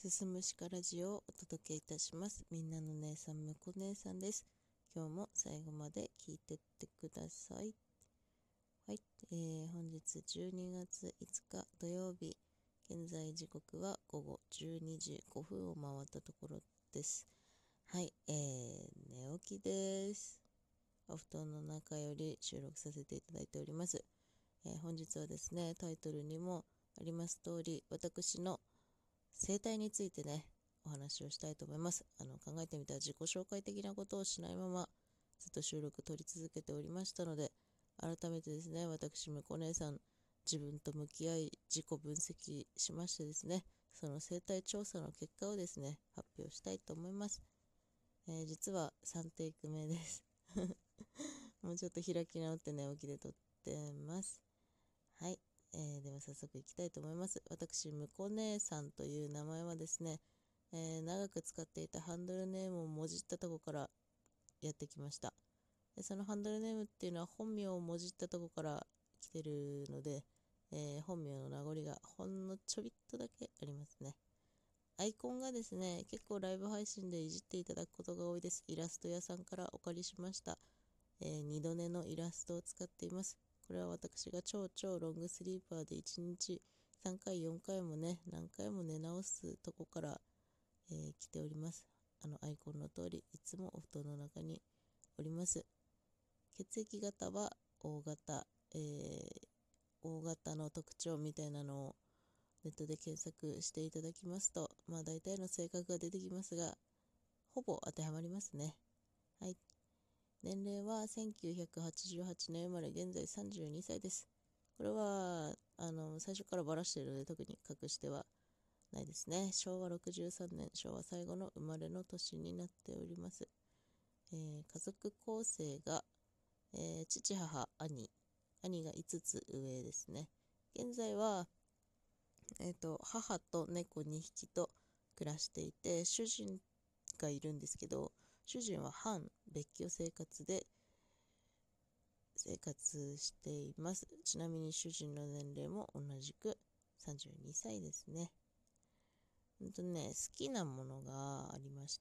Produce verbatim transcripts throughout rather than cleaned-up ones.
すすむしかラジオをお届けいたします。みんなの姉さん、むこ姉さんです。今日も最後まで聞いてってください。はい、えー、本日じゅうにがついつか土曜日、現在時刻はごごじゅうにじごふんを回ったところです。はい、えー、寝起きです。お布団の中より収録させていただいております。えー本日はですね、タイトルにもあります通り、私の生態についてね、お話をしたいと思います。あの考えてみたら自己紹介的なことをしないままずっと収録取り続けておりましたので、改めてですね、私、むこ姉さん、自分と向き合い、自己分析しましてですね、その生態調査の結果をですね、発表したいと思います。えー実はさんテイク目です。もうちょっと開き直って寝起きで撮ってます。はい。えーでは早速いきたいと思います。私、むこ姉さんという名前はですね、えー長く使っていたハンドルネームをもじったとこからやってきました。でそのハンドルネームっていうのは本名をもじったとこから来てるので、えー本名の名残がほんのちょびっとだけありますね。アイコンがですね、結構ライブ配信でいじっていただくことが多いです。イラスト屋さんからお借りしました。えー二度寝のイラストを使っています。これは私が超超ロングスリーパーでいちにちさんかいよんかいもね、何回も寝直すとこから、えー来ております。あのアイコンの通り、いつもお布団の中におります。血液型は O 型、えー、O 型の特徴みたいなのをネットで検索していただきますと、まあ大体の性格が出てきますが、ほぼ当てはまりますね。はい。年齢はせんきゅうひゃくはちじゅうはちねん生まれ、現在さんじゅうにさいです。これは、あの、最初からばらしているので特に隠してはないですね。しょうわろくじゅうさんねん、昭和最後の生まれの年になっております。えー家族構成が、えー父、母、兄。兄がいつつ上ですね。現在は、えーと、母と猫にひきと暮らしていて、主人がいるんですけど、主人は半別居生活で生活しています。ちなみに主人の年齢も同じくさんじゅうにさいですね。ほんとね、好きなものがありまして、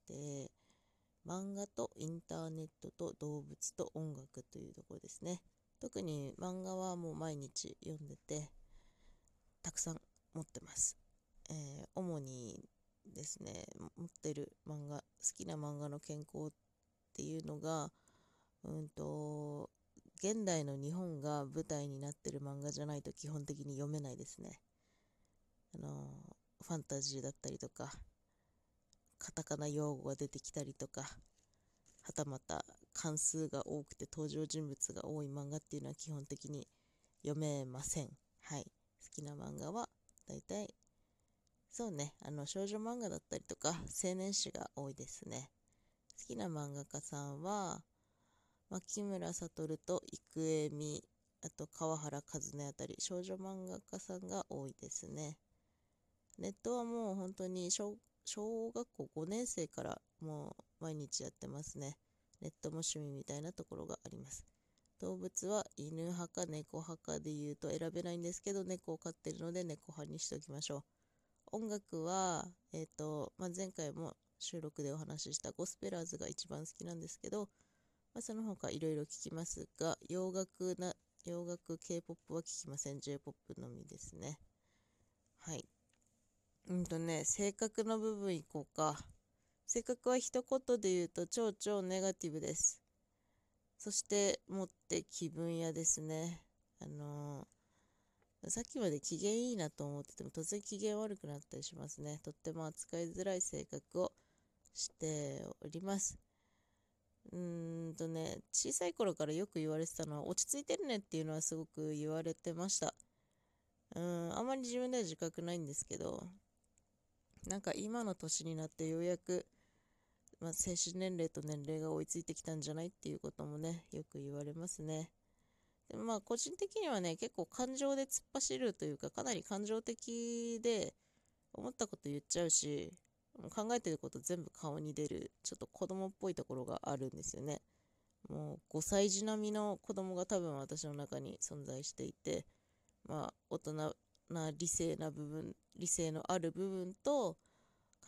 漫画とインターネットと動物と音楽というところですね。特に漫画はもう毎日読んでて、たくさん持ってます。えー主にですね、持ってる漫画、好きな漫画の健康っていうのが、うんと、現代の日本が舞台になってる漫画じゃないと基本的に読めないですね。あのファンタジーだったりとか、カタカナ用語が出てきたりとか、はたまた関数が多くて登場人物が多い漫画っていうのは基本的に読めません。はい。好きな漫画はだいたいそうね、あの少女漫画だったりとか青年誌が多いですね。好きな漫画家さんは牧村悟と郁恵美、あと川原和音あたり少女漫画家さんが多いですね。ネットはもう本当に小、小学校ごねん生からもう毎日やってますね。ネットも趣味みたいなところがあります。動物は犬派か猫派かで言うと選べないんですけど、猫を飼ってるので猫派にしておきましょう。音楽は、えっと、まあ、前回も収録でお話ししたゴスペラーズが一番好きなんですけど、まあ、その他いろいろ聞きますが、洋楽な、洋楽 K-ポップ は聞きません。J-ポップ のみですね。はい。うんとね、性格の部分いこうか。性格は一言で言うと超超ネガティブです。そしてもって気分屋ですね。あのーさっきまで機嫌いいなと思ってても突然機嫌悪くなったりしますね。とっても扱いづらい性格をしております。うーんとね、小さい頃からよく言われてたのは落ち着いてるねっていうのはすごく言われてました。うーん、あまり自分では自覚ないんですけど、なんか今の年になってようやく、まあ、精神年齢と年齢が追いついてきたんじゃないっていうこともね、よく言われますね。でもまあ個人的にはね、結構感情で突っ走るというか、かなり感情的で思ったこと言っちゃうし、考えてること全部顔に出る、ちょっと子供っぽいところがあるんですよね。もうごさい児並みの子供が多分私の中に存在していて、まあ大人な理性な部分、理性のある部分と、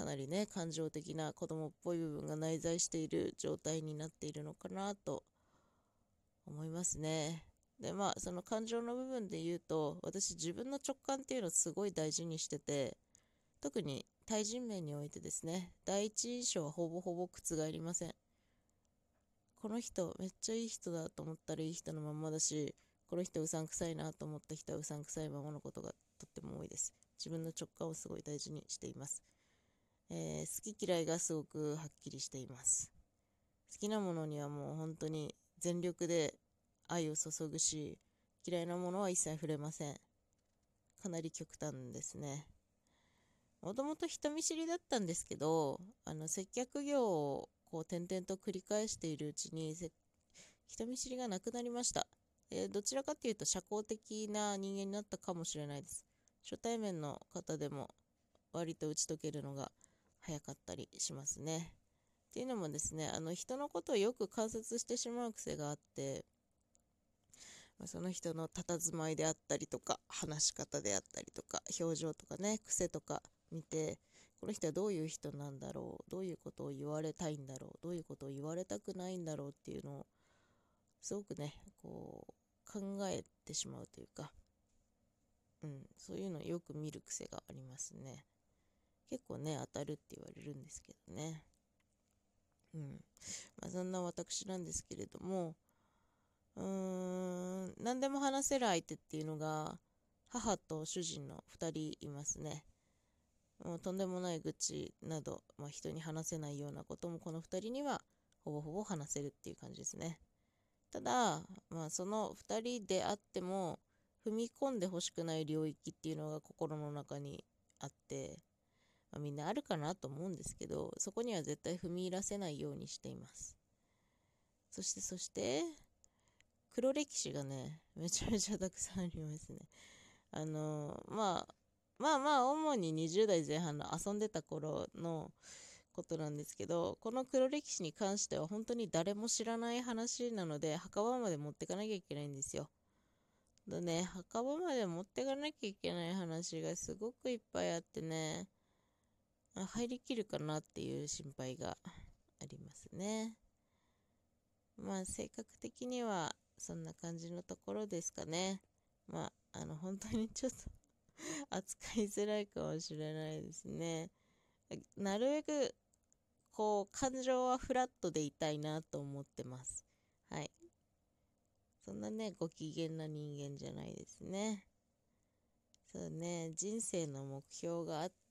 かなりね、感情的な子供っぽい部分が内在している状態になっているのかなと思いますね。で、まあ、その感情の部分で言うと、私自分の直感っていうのをすごい大事にしてて、特に対人面においてですね、第一印象はほぼほぼ覆りません。この人めっちゃいい人だと思ったらいい人のまんまだし、この人うさんくさいなと思った人はうさんくさいままのことがとっても多いです。自分の直感をすごい大事にしています。えー好き嫌いがすごくはっきりしています。好きなものにはもう本当に全力で愛を注ぐし、嫌いなものは一切触れません。かなり極端ですね。もともと人見知りだったんですけど、あの接客業をこう転々と繰り返しているうちに人見知りがなくなりました。えーどちらかというと社交的な人間になったかもしれないです。初対面の方でも割と打ち解けるのが早かったりしますね。っていうのもですね、あの人のことをよく観察してしまう癖があって、まあその人の佇まいであったりとか、話し方であったりとか、表情とかね、癖とか見て、この人はどういう人なんだろう、どういうことを言われたいんだろう、どういうことを言われたくないんだろうっていうのを、すごくね、こう、考えてしまうというか、うん、そういうのをよく見る癖がありますね。結構ね、当たるって言われるんですけどね。うん。まあ、そんな私なんですけれども、うーん、何でも話せる相手っていうのが、母と主人のふたりいますね。もうとんでもない愚痴など、まあ、人に話せないようなこともこのふたりにはほぼほぼ話せるっていう感じですね。ただ、まあ、そのふたりであっても踏み込んでほしくない領域っていうのが心の中にあって、まあ、みんなあるかなと思うんですけど、そこには絶対踏み入らせないようにしています。そしてそして黒歴史がね、めちゃめちゃたくさんありますね。あのーまあ、まあまあ、主ににじゅう代前半の遊んでた頃のことなんですけど、この黒歴史に関しては本当に誰も知らない話なので、墓場まで持ってかなきゃいけないんですよ。でね、墓場まで持ってかなきゃいけない話がすごくいっぱいあってね、入りきるかなっていう心配がありますね。まあ、性格的にはそんな感じのところですかね。まあ、あの、本当にちょっと扱いづらいかもしれないですね。なるべく、こう、感情はフラットでいたいなと思ってます。はい。そんなね、ご機嫌な人間じゃないですね。そうね、人生の目標があって、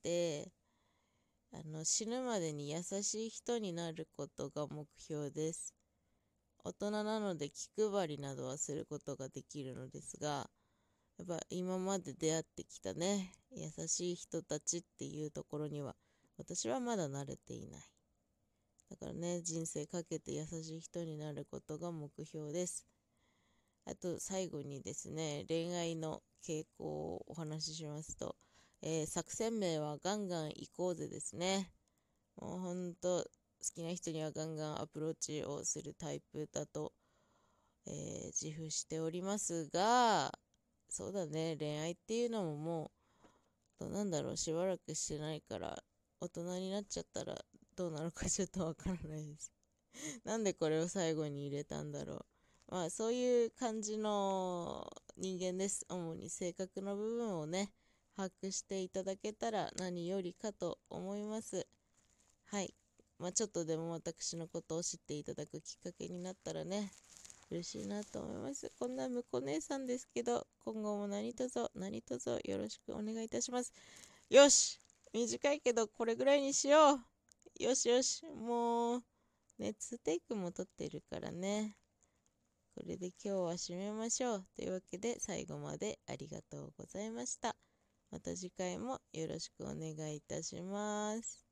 あの、死ぬまでに優しい人になることが目標です。大人なので気配りなどはすることができるのですが、やっぱ今まで出会ってきたね、優しい人たちっていうところには、私はまだ慣れていない。だからね、人生かけて優しい人になることが目標です。あと最後にですね、恋愛の傾向をお話ししますと、えー作戦名はガンガン行こうぜですね。もうほんと好きな人にはガンガンアプローチをするタイプだと、えー自負しておりますが、そうだね、恋愛っていうのももう、どうなんだろう、しばらくしてないから、大人になっちゃったらどうなるかちょっとわからないです。なんでこれを最後に入れたんだろう。まあそういう感じの人間です。主に性格の部分をね、把握していただけたら何よりかと思います。はい。まあちょっとでも私のことを知っていただくきっかけになったらね、嬉しいなと思います。こんなむこ姉さんですけど、今後も何卒何卒よろしくお願いいたします。よし、短いけどこれぐらいにしよう。よしよし、もう、ね、にテイクも撮ってるからね。これで今日は締めましょう。というわけで最後までありがとうございました。また次回もよろしくお願いいたします。